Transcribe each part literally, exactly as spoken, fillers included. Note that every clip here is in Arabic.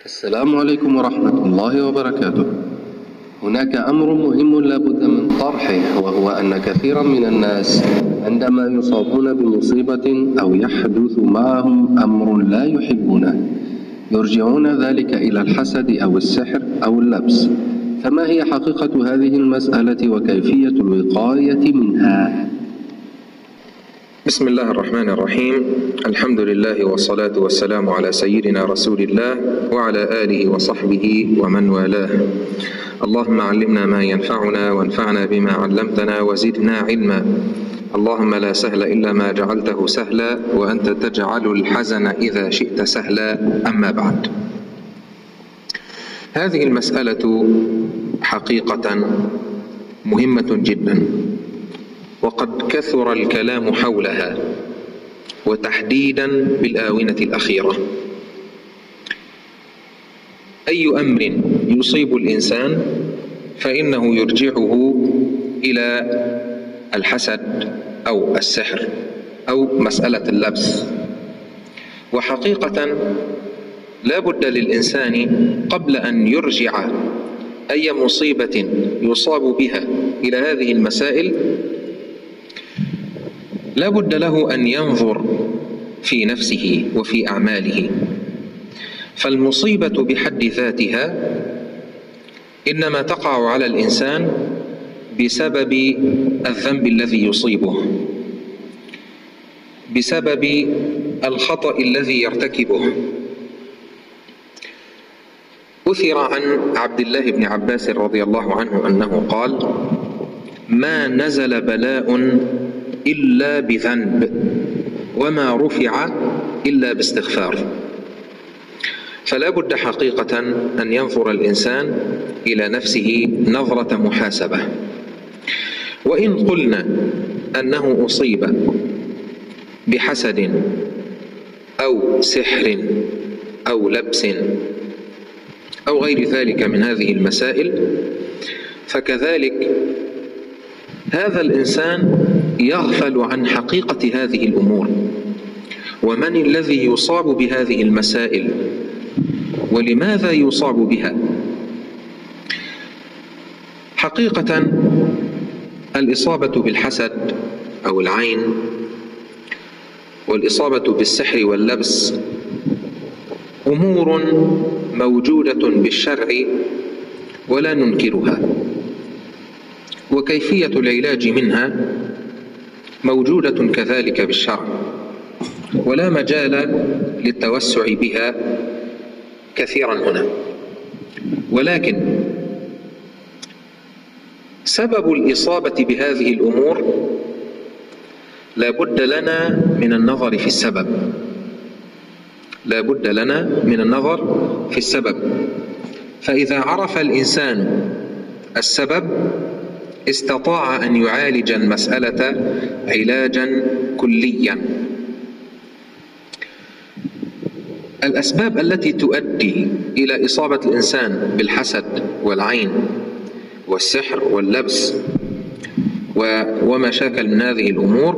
السلام عليكم ورحمة الله وبركاته. هناك أمر مهم لا بد من طرحه، وهو أن كثيرا من الناس عندما يصابون بمصيبة أو يحدث معهم أمر لا يحبونه يرجعون ذلك إلى الحسد أو السحر أو اللبس. فما هي حقيقة هذه المسألة وكيفية الوقاية منها؟ بسم الله الرحمن الرحيم. الحمد لله والصلاة والسلام على سيدنا رسول الله وعلى آله وصحبه ومن والاه. اللهم علمنا ما ينفعنا وانفعنا بما علمتنا وزدنا علما. اللهم لا سهل إلا ما جعلته سهلا وأنت تجعل الحزن إذا شئت سهلا. أما بعد، هذه المسألة حقيقة مهمة جدا، وقد كثر الكلام حولها، وتحديدا بالآونة الأخيرة. أي أمر يصيب الإنسان فإنه يرجعه إلى الحسد أو السحر أو مسألة اللبس. وحقيقة لا بد للإنسان قبل أن يرجع أي مصيبة يصاب بها إلى هذه المسائل لا بد له أن ينظر في نفسه وفي أعماله. فالمصيبة بحد ذاتها إنما تقع على الإنسان بسبب الذنب الذي يصيبه، بسبب الخطأ الذي يرتكبه. أثر عن عبد الله بن عباس رضي الله عنه أنه قال: ما نزل بلاء إلا بذنب، وما رفع إلا باستغفار. فلا بد حقيقة أن ينظر الإنسان إلى نفسه نظرة محاسبة. وإن قلنا أنه أصيب بحسد أو سحر أو لبس أو غير ذلك من هذه المسائل، فكذلك هذا الإنسان يغفل عن حقيقة هذه الأمور، ومن الذي يصاب بهذه المسائل ولماذا يصاب بها. حقيقة الإصابة بالحسد أو العين والإصابة بالسحر واللبس أمور موجودة بالشرع ولا ننكرها، وكيفية العلاج منها موجودة كذلك بالشرع، ولا مجال للتوسع بها كثيرا هنا. ولكن سبب الإصابة بهذه الأمور لا بد لنا من النظر في السبب، لا بد لنا من النظر في السبب. فإذا عرف الإنسان السبب استطاع أن يعالج المسألة علاجا كليا. الأسباب التي تؤدي إلى إصابة الإنسان بالحسد والعين والسحر واللبس وما شاكل من هذه الأمور،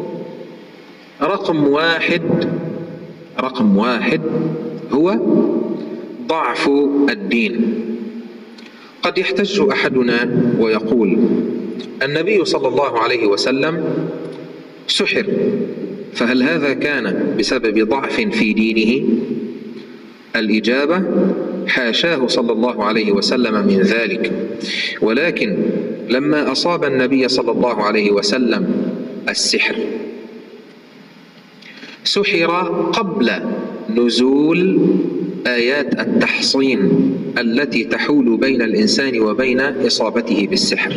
رقم واحد رقم واحد هو ضعف الدين. قد يحتج أحدنا ويقول: النبي صلى الله عليه وسلم سحر، فهل هذا كان بسبب ضعف في دينه؟ الإجابة: حاشاه صلى الله عليه وسلم من ذلك. ولكن لما أصاب النبي صلى الله عليه وسلم السحر سحر قبل نزول آيات التحصين التي تحول بين الإنسان وبين إصابته بالسحر.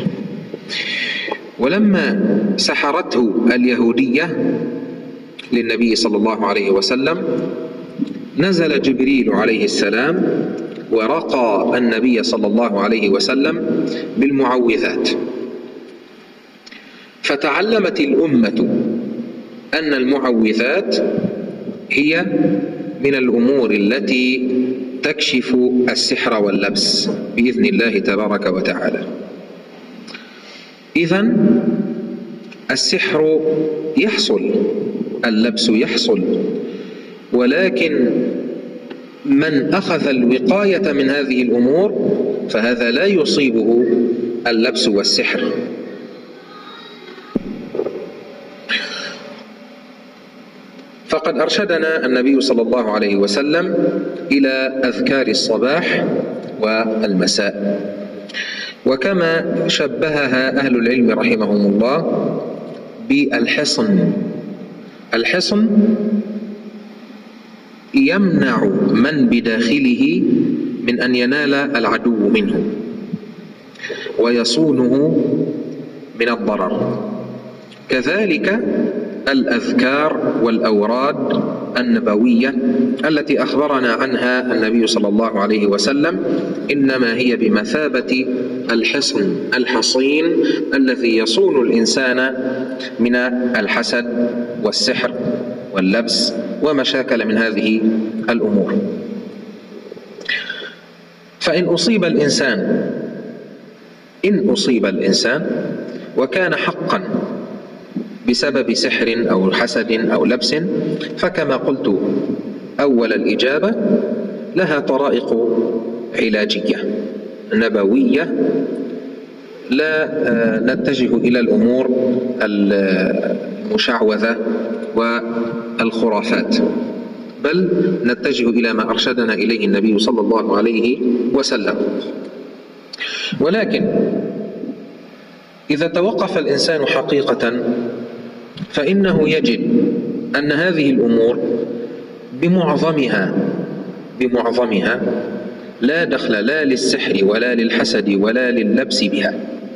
ولما سحرته اليهودية للنبي صلى الله عليه وسلم نزل جبريل عليه السلام ورقى النبي صلى الله عليه وسلم بالمعوذات، فتعلمت الأمة أن المعوذات هي من الأمور التي تكشف السحر واللبس بإذن الله تبارك وتعالى. إذن السحر يحصل، اللبس يحصل، ولكن من أخذ الوقاية من هذه الأمور فهذا لا يصيبه اللبس والسحر. فقد أرشدنا النبي صلى الله عليه وسلم إلى أذكار الصباح والمساء، وكما شبهها أهل العلم رحمهم الله بالحصن. الحصن يمنع من بداخله من أن ينال العدو منه ويصونه من الضرر. كذلك الأذكار والأوراد النبوية التي أخبرنا عنها النبي صلى الله عليه وسلم إنما هي بمثابة الحصن الحصين الذي يصون الإنسان من الحسد والسحر واللبس ومشاكل من هذه الأمور. فإن أصيب الإنسان إن أصيب الإنسان وكان حقا بسبب سحر أو حسد أو لبس، فكما قلت أول الإجابة لها طرائق علاجية نبوية، لا نتجه إلى الأمور المشعوذة والخرافات، بل نتجه إلى ما أرشدنا إليه النبي صلى الله عليه وسلم. ولكن إذا توقف الإنسان حقيقة فإنه يجد أن هذه الأمور بمعظمها بمعظمها لا دخل لا للسحر ولا للحسد ولا لللبس بها،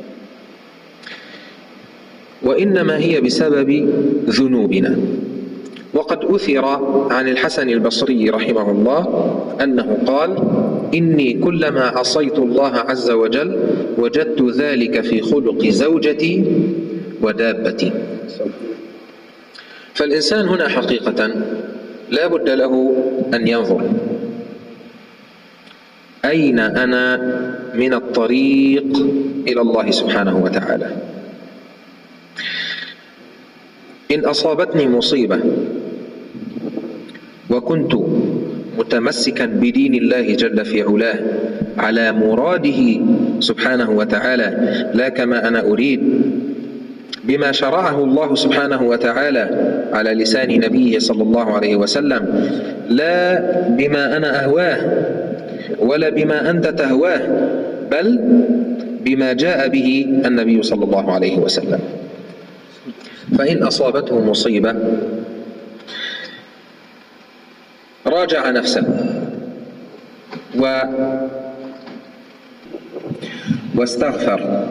وإنما هي بسبب ذنوبنا. وقد أثر عن الحسن البصري رحمه الله أنه قال: إني كلما عصيت الله عز وجل وجدت ذلك في خلق زوجتي ودابتي. فالإنسان هنا حقيقة لا بد له أن ينظر أين أنا من الطريق إلى الله سبحانه وتعالى. إن أصابتني مصيبة وكنت متمسكا بدين الله جل في علاه على مراده سبحانه وتعالى لا كما أنا أريد، بما شرعه الله سبحانه وتعالى على لسان نبيه صلى الله عليه وسلم، لا بما أنا أهواه ولا بما أنت تهواه، بل بما جاء به النبي صلى الله عليه وسلم. فإن أصابته مصيبة راجع نفسه و واستغفر.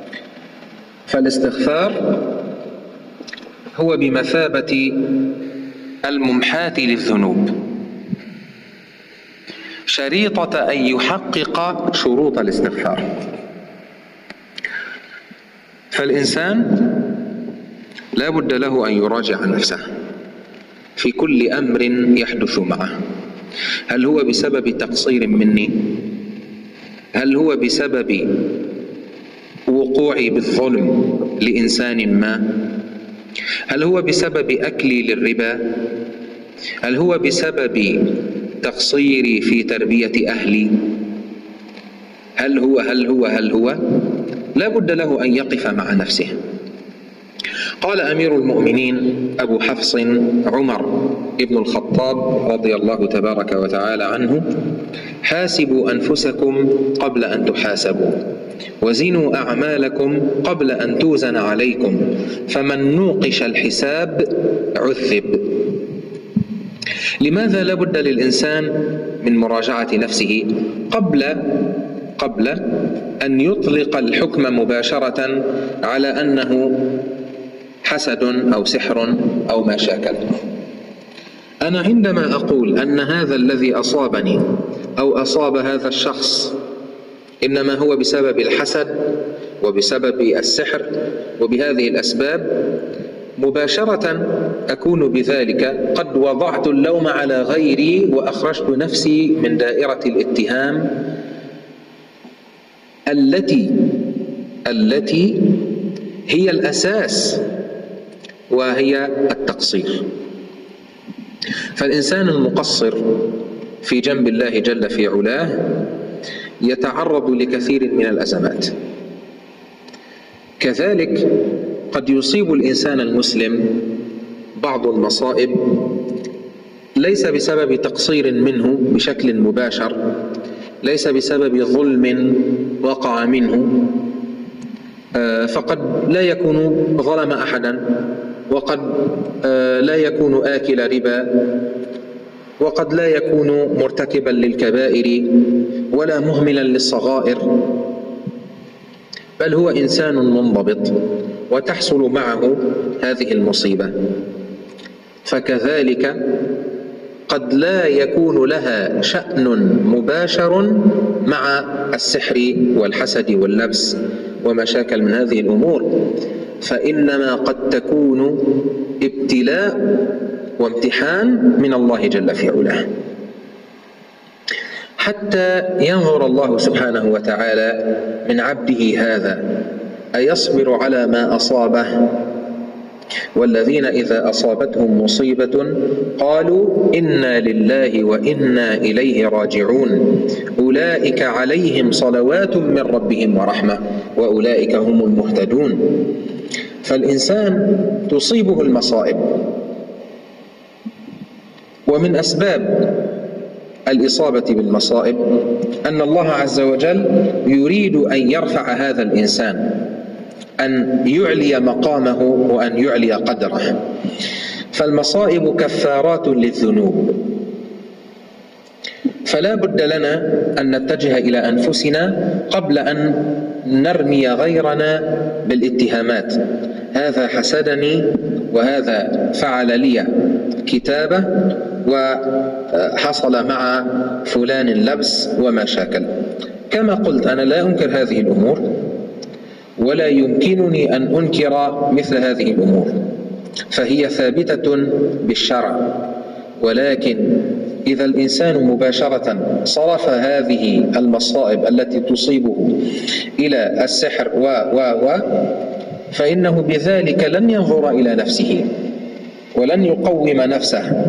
فالاستغفار هو بمثابة الممحاة للذنوب، شريطة أن يحقق شروط الاستغفار. فالإنسان لا بد له أن يراجع نفسه في كل أمر يحدث معه. هل هو بسبب تقصير مني؟ هل هو بسبب وقوعي بالظلم لإنسان ما؟ هل هو بسبب أكلي للربا؟ هل هو بسبب تقصيري في تربية أهلي؟ هل هو هل هو هل هو لا بد له أن يقف مع نفسه. قال أمير المؤمنين أبو حفص عمر ابن الخطاب رضي الله تبارك وتعالى عنه: حاسبوا أنفسكم قبل أن تحاسبوا، وزنوا أعمالكم قبل أن توزن عليكم، فمن نوقش الحساب عذب. لماذا لا بد للإنسان من مراجعة نفسه قبل قبل أن يطلق الحكم مباشرة على أنه حسد أو سحر أو ما شاكل؟ أنا عندما أقول أن هذا الذي أصابني أو أصاب هذا الشخص إنما هو بسبب الحسد وبسبب السحر وبهذه الأسباب، مباشرة أكون بذلك قد وضعت اللوم على غيري وأخرجت نفسي من دائرة الاتهام التي التي هي الأساس، وهي التقصير. فالإنسان المقصر في جنب الله جل في علاه يتعرض لكثير من الأزمات. كذلك قد يصيب الإنسان المسلم بعض المصائب ليس بسبب تقصير منه بشكل مباشر، ليس بسبب ظلم وقع منه، فقد لا يكون ظلم أحدا، وقد لا يكون آكل ربا، وقد لا يكون مرتكبا للكبائر ولا مهملا للصغائر، بل هو إنسان منضبط وتحصل معه هذه المصيبة. فكذلك قد لا يكون لها شأن مباشر مع السحر والحسد واللبس ومشاكل من هذه الأمور، فإنما قد تكون ابتلاء وامتحان من الله جل في علاه، حتى ينظر الله سبحانه وتعالى من عبده هذا أيصبر على ما أصابه. والذين إذا أصابتهم مصيبة قالوا إنا لله وإنا إليه راجعون أولئك عليهم صلوات من ربهم ورحمة وأولئك هم المهتدون. فالإنسان تصيبه المصائب، ومن أسباب الإصابة بالمصائب أن الله عز وجل يريد أن يرفع هذا الإنسان، أن يعلي مقامه وأن يعلي قدره. فالمصائب كفارات للذنوب، فلا بد لنا أن نتجه إلى أنفسنا قبل أن نرمي غيرنا بالاتهامات، هذا حسدني وهذا فعل لي كتابة وحصل مع فلان لبس وما شاكل. كما قلت أنا لا أنكر هذه الأمور، ولا يمكنني أن أنكر مثل هذه الأمور، فهي ثابتة بالشرع. ولكن إذا الإنسان مباشرة صرف هذه المصائب التي تصيبه إلى السحر و و و فإنه بذلك لن ينظر إلى نفسه ولن يقوم نفسه.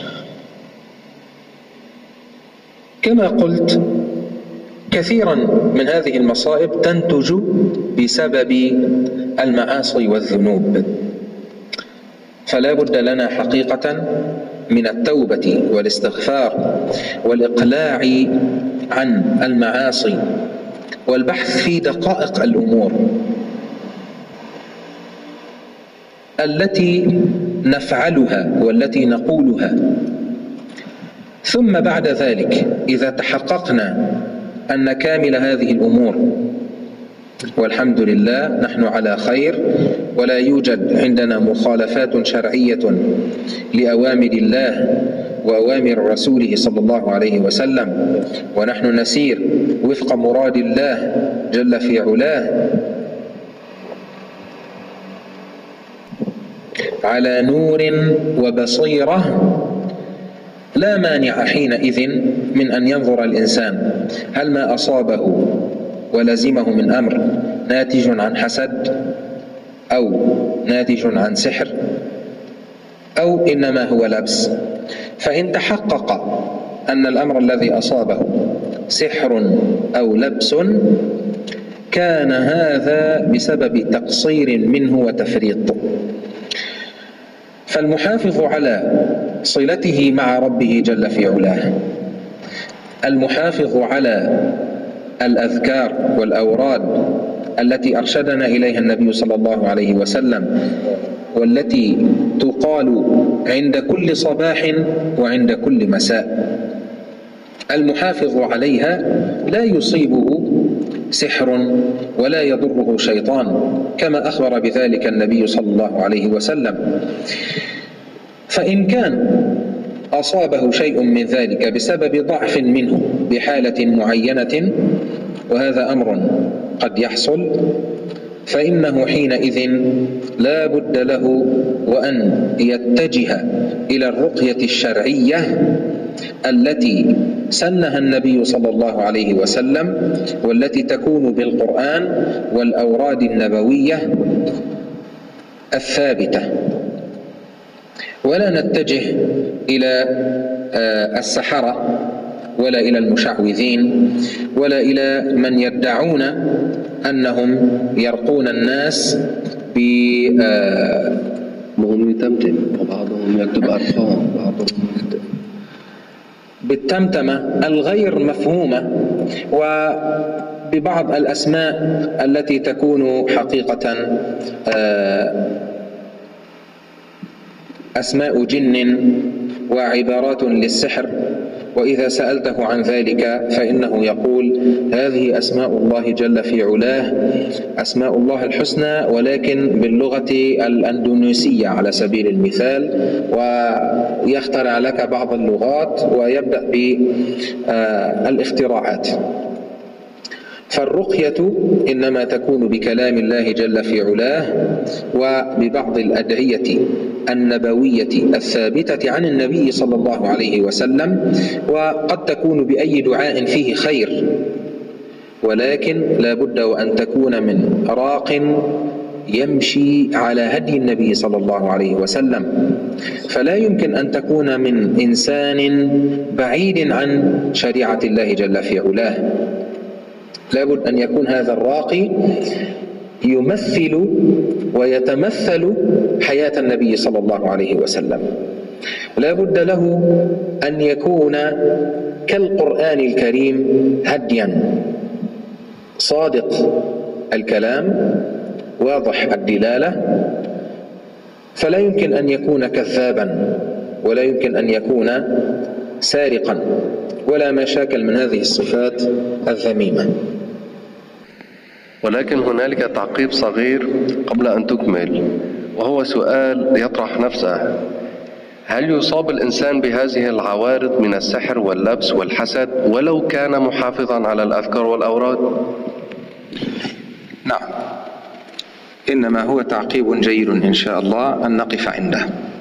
كما قلت كثيرا من هذه المصائب تنتج بسبب المعاصي والذنوب، فلا بد لنا حقيقة من التوبة والاستغفار والإقلاع عن المعاصي والبحث في دقائق الأمور التي نفعلها والتي نقولها. ثم بعد ذلك إذا تحققنا أن كامل هذه الأمور، والحمد لله نحن على خير ولا يوجد عندنا مخالفات شرعية لأوامر الله وأوامر رسوله صلى الله عليه وسلم، ونحن نسير وفق مراد الله جل في علاه على نور وبصيرة، لا مانع حينئذ من أن ينظر الإنسان هل ما أصابه ولزمه من أمر ناتج عن حسد أو ناتج عن سحر أو إنما هو لبس. فإن تحقق أن الأمر الذي أصابه سحر أو لبس كان هذا بسبب تقصير منه وتفريط. فالمحافظ على صلته مع ربه جل في علاه، المحافظ على الأذكار والأوراد التي أرشدنا إليها النبي صلى الله عليه وسلم، والتي تقال عند كل صباح وعند كل مساء، المحافظ عليها لا يصيبه سحر ولا يضره شيطان كما أخبر بذلك النبي صلى الله عليه وسلم. فإن كان أصابه شيء من ذلك بسبب ضعف منه بحالة معينة، وهذا أمر قد يحصل، فإنه حينئذ لا بد له وأن يتجه إلى الرقية الشرعية التي سنها النبي صلى الله عليه وسلم، والتي تكون بالقرآن والأوراد النبوية الثابتة، ولا نتجه إلى السحرة ولا إلى المشعوذين ولا إلى من يدعون أنهم يرقون الناس ب بعضهم يتمتم وبعضهم يكتب أرقام بعضهم يكتب بالتمتمة الغير مفهومة وببعض الأسماء التي تكون حقيقة أسماء جن وعبارات للسحر، وإذا سألته عن ذلك فإنه يقول هذه أسماء الله جل في علاه، أسماء الله الحسنى ولكن باللغة الأندونيسية على سبيل المثال، ويخترع لك بعض اللغات ويبدأ بالاختراعات. فالرقية إنما تكون بكلام الله جل في علاه وببعض الأدعية النبوية الثابتة عن النبي صلى الله عليه وسلم، وقد تكون بأي دعاء فيه خير، ولكن لا بد وأن تكون من راق يمشي على هدي النبي صلى الله عليه وسلم، فلا يمكن أن تكون من إنسان بعيد عن شريعة الله جل في علاه. لابد أن يكون هذا الراقي يمثل ويتمثل حياة النبي صلى الله عليه وسلم. لا بد له أن يكون كالقرآن الكريم هديا، صادق الكلام، واضح الدلالة، فلا يمكن أن يكون كذابا ولا يمكن أن يكون سارقا ولا ما شاكل من هذه الصفات الذميمة. ولكن هنالك تعقيب صغير قبل أن تكمل، وهو سؤال يطرح نفسه: هل يصاب الإنسان بهذه العوارض من السحر واللبس والحسد ولو كان محافظا على الأذكار والأوراد؟ نعم، إنما هو تعقيب جيد إن شاء الله أن نقف عنده.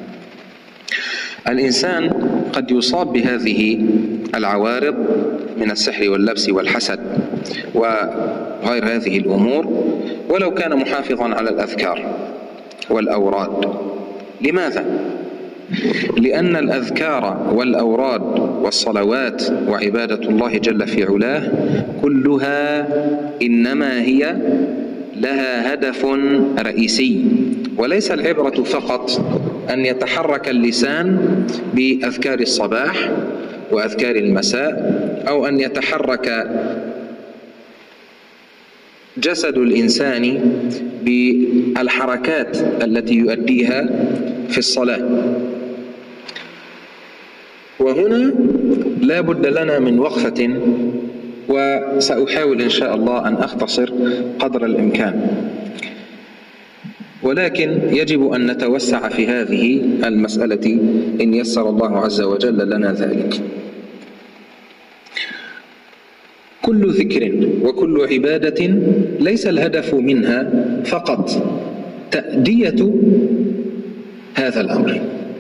الإنسان قد يصاب بهذه العوارض من السحر واللبس والحسد وغير هذه الأمور ولو كان محافظا على الأذكار والأوراد. لماذا؟ لأن الأذكار والأوراد والصلوات وعبادة الله جل في علاه كلها إنما هي لها هدف رئيسي، وليس العبرة فقط أن يتحرك اللسان بأذكار الصباح وأذكار المساء، أو أن يتحرك جسد الإنسان بالحركات التي يؤديها في الصلاة. وهنا لا بد لنا من وقفة، وسأحاول إن شاء الله أن أختصر قدر الإمكان، ولكن يجب أن نتوسع في هذه المسألة إن يسر الله عز وجل لنا ذلك. كل ذكر وكل عبادة ليس الهدف منها فقط تأدية هذا الأمر.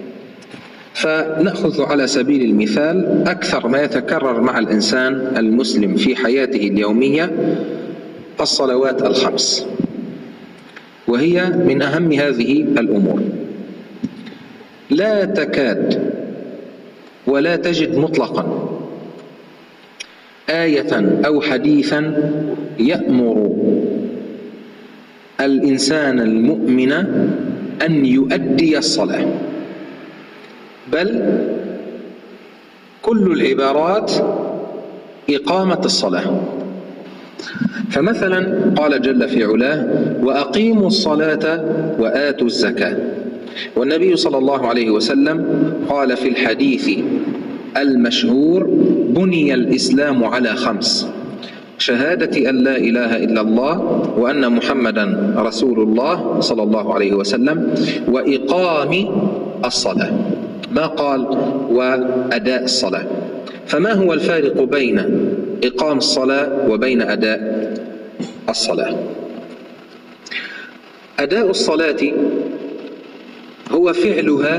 فنأخذ على سبيل المثال أكثر ما يتكرر مع الإنسان المسلم في حياته اليومية الصلوات الخمس، وهي من أهم هذه الأمور. لا تكاد ولا تجد مطلقا آية أو حديثا يأمر الإنسان المؤمن أن يؤدي الصلاة، بل كل العبارات إقامة الصلاة. فمثلا قال جل في علاه: وأقيموا الصلاة وآتوا الزكاة. والنبي صلى الله عليه وسلم قال في الحديث المشهور: بني الإسلام على خمس: شهادة أن لا إله إلا الله وأن محمدا رسول الله صلى الله عليه وسلم، وإقام الصلاة. ما قال وأداء الصلاة. فما هو الفارق بين إقام الصلاة وبين أداء الصلاة؟ أداء الصلاة هو فعلها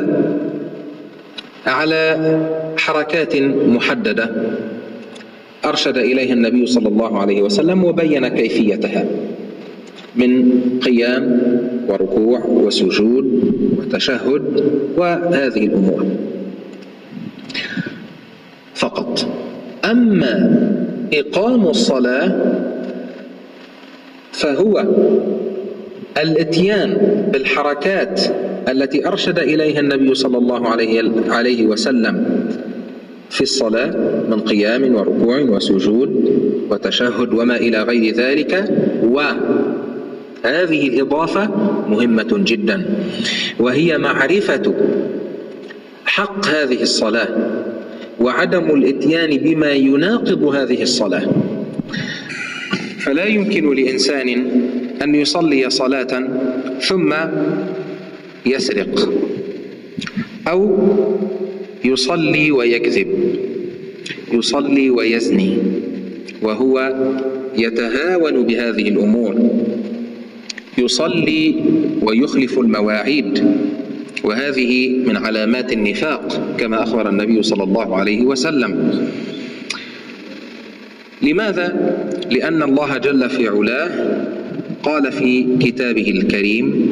على حركات محددة أرشد إليها النبي صلى الله عليه وسلم وبين كيفيتها من قيام وركوع وسجود وتشهد وهذه الأمور فقط. أما إقام الصلاة فهو الإتيان بالحركات التي أرشد إليها النبي صلى الله عليه وسلم في الصلاة من قيام وركوع وسجود وتشهد وما إلى غير ذلك. وهذه الإضافة مهمة جدا، وهي معرفة حق هذه الصلاة وعدم الإتيان بما يناقض هذه الصلاة. فلا يمكن لإنسان أن يصلي صلاة ثم يسرق، أو يصلي ويكذب، يصلي ويزني، وهو يتهاون بهذه الأمور، يصلي ويخلف المواعيد، وهذه من علامات النفاق كما أخبر النبي صلى الله عليه وسلم. لماذا؟ لأن الله جل في علاه قال في كتابه الكريم: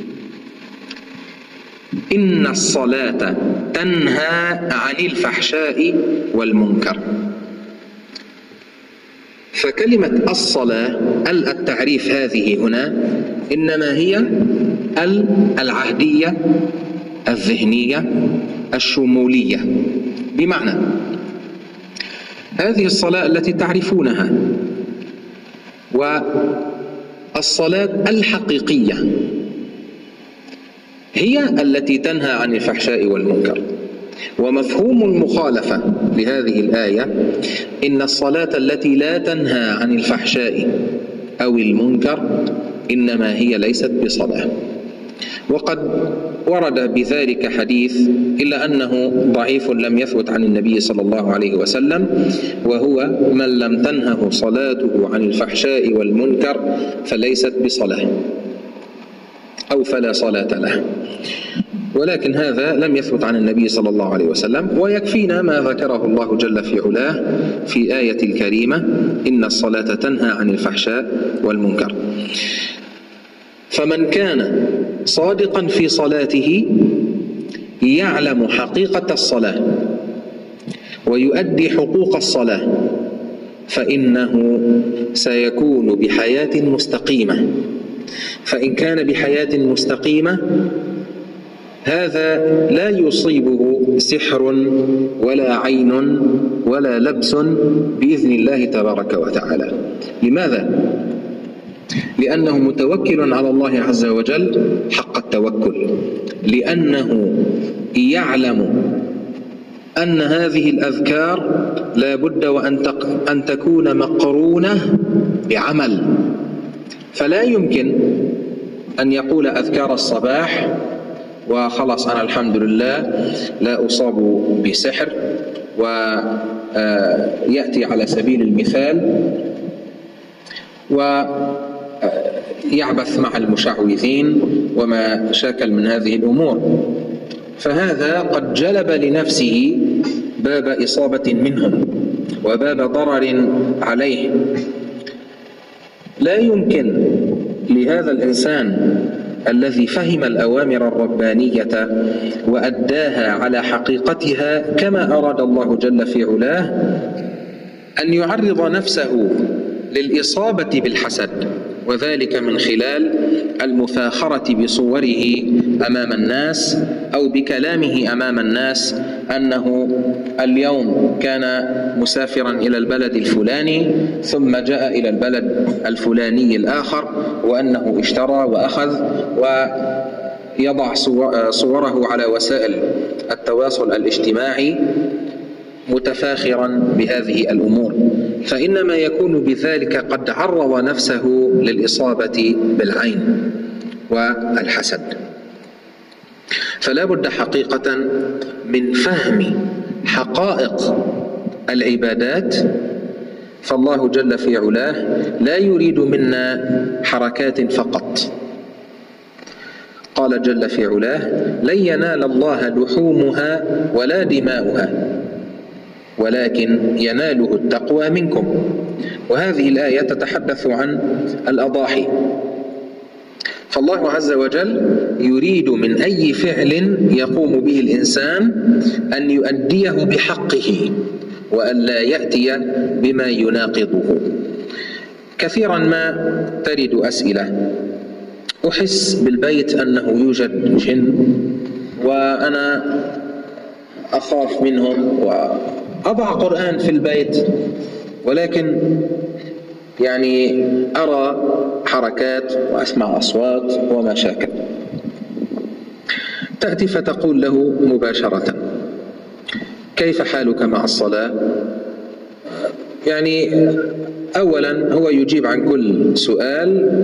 إن الصلاة تنهى عن الفحشاء والمنكر. فكلمة الصلاة التعريف هذه هنا إنما هي العهدية الذهنية الشمولية، بمعنى هذه الصلاة التي تعرفونها، والصلاة الحقيقية هي التي تنهى عن الفحشاء والمنكر. ومفهوم المخالفة لهذه الآية إن الصلاة التي لا تنهى عن الفحشاء أو المنكر إنما هي ليست بصلاة. وقد ورد بذلك حديث إلا أنه ضعيف لم يثبت عن النبي صلى الله عليه وسلم، وهو: من لم تنهه صلاته عن الفحشاء والمنكر فليست بصلاة، أو فلا صلاة له. ولكن هذا لم يثبت عن النبي صلى الله عليه وسلم، ويكفينا ما ذكره الله جل في علاه في آية الكريمة: إن الصلاة تنهى عن الفحشاء والمنكر. فمن كان صادقا في صلاته يعلم حقيقة الصلاة ويؤدي حقوق الصلاة فإنه سيكون بحياة مستقيمة. فإن كان بحياة مستقيمة هذا لا يصيبه سحر ولا عين ولا لبس بإذن الله تبارك وتعالى. لماذا؟ لأنه متوكل على الله عز وجل حق التوكل، لأنه يعلم أن هذه الأذكار لا بد وأن تكون مقرونة بعمل. فلا يمكن أن يقول أذكار الصباح وخلص أنا الحمد لله لا أصاب بسحر، ويأتي على سبيل المثال ويعبث مع المشعوذين وما شاكل من هذه الأمور، فهذا قد جلب لنفسه باب إصابة منهم وباب ضرر عليه. لا يمكن لهذا الإنسان الذي فهم الأوامر الربانية وأداها على حقيقتها كما أراد الله جل في علاه أن يعرض نفسه للإصابة بالحسد، وذلك من خلال المفاخرة بصوره أمام الناس أو بكلامه أمام الناس أنه اليوم كان مسافرا إلى البلد الفلاني ثم جاء إلى البلد الفلاني الآخر، وأنه اشترى وأخذ، ويضع صوره على وسائل التواصل الاجتماعي متفاخرا بهذه الأمور، فإنما يكون بذلك قد عرض نفسه للإصابة بالعين والحسد. فلا بد حقيقة من فهم حقائق العبادات. فالله جل في علاه لا يريد منا حركات فقط. قال جل في علاه: لن ينال الله لحومها ولا دماؤها ولكن يناله التقوى منكم. وهذه الآية تتحدث عن الأضاحي. فالله عز وجل يريد من أي فعل يقوم به الإنسان أن يؤديه بحقه وأن لا يأتي بما يناقضه. كثيرا ما ترد أسئلة: أحس بالبيت أنه يوجد جن وأنا أخاف منهم وأضع قرآن في البيت، ولكن يعني أرى حركات وأسمع أصوات وما شاكل. تأتي فتقول له مباشرة: كيف حالك مع الصلاة؟ يعني أولا هو يجيب عن كل سؤال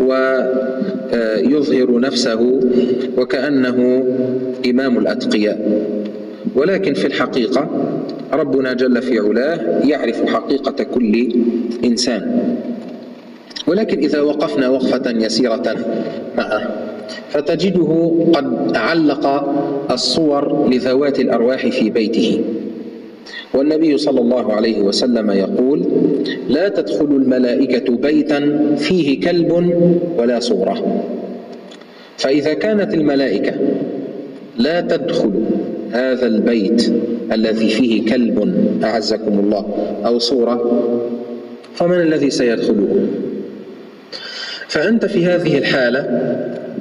ويظهر نفسه وكأنه إمام الأتقياء، ولكن في الحقيقة ربنا جل في علاه يعرف حقيقة كل إنسان. ولكن إذا وقفنا وقفة يسيرة معه فتجده قد علق الصور لذوات الأرواح في بيته، والنبي صلى الله عليه وسلم يقول: لا تدخل الملائكة بيتا فيه كلب ولا صورة. فإذا كانت الملائكة لا تدخل هذا البيت الذي فيه كلب أعزكم الله أو صورة، فمن الذي سيدخله؟ فأنت في هذه الحالة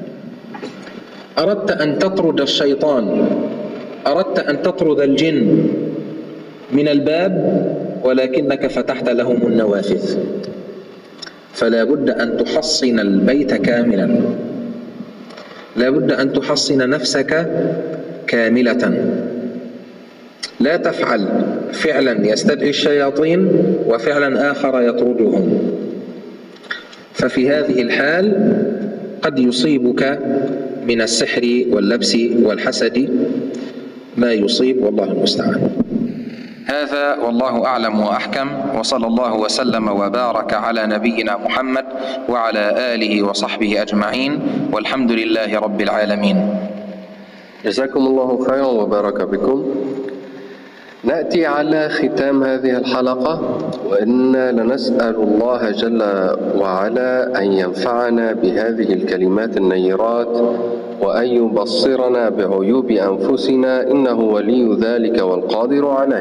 أردت أن تطرد الشيطان، أردت أن تطرد الجن من الباب، ولكنك فتحت لهم النوافذ. فلا بد أن تحصن البيت كاملا، لا بد أن تحصن نفسك كاملة، لا تفعل فعلا يستدعي الشياطين وفعلا آخر يطردهم. ففي هذه الحال قد يصيبك من السحر واللبس والحسد ما يصيب، والله المستعان. هذا والله أعلم وأحكم، وصلى الله وسلم وبارك على نبينا محمد وعلى آله وصحبه أجمعين، والحمد لله رب العالمين. جزاكم الله خيرا وبارك بكم. نأتي على ختام هذه الحلقة، وإنا لنسأل الله جل وعلا أن ينفعنا بهذه الكلمات النيرات وأن يبصرنا بعيوب أنفسنا، إنه ولي ذلك والقادر عليه.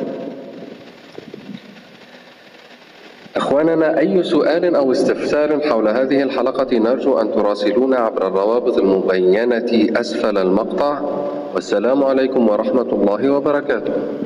إخواننا، أي سؤال أو استفسار حول هذه الحلقة نرجو أن تراسلونا عبر الروابط المبينة أسفل المقطع، والسلام عليكم ورحمة الله وبركاته.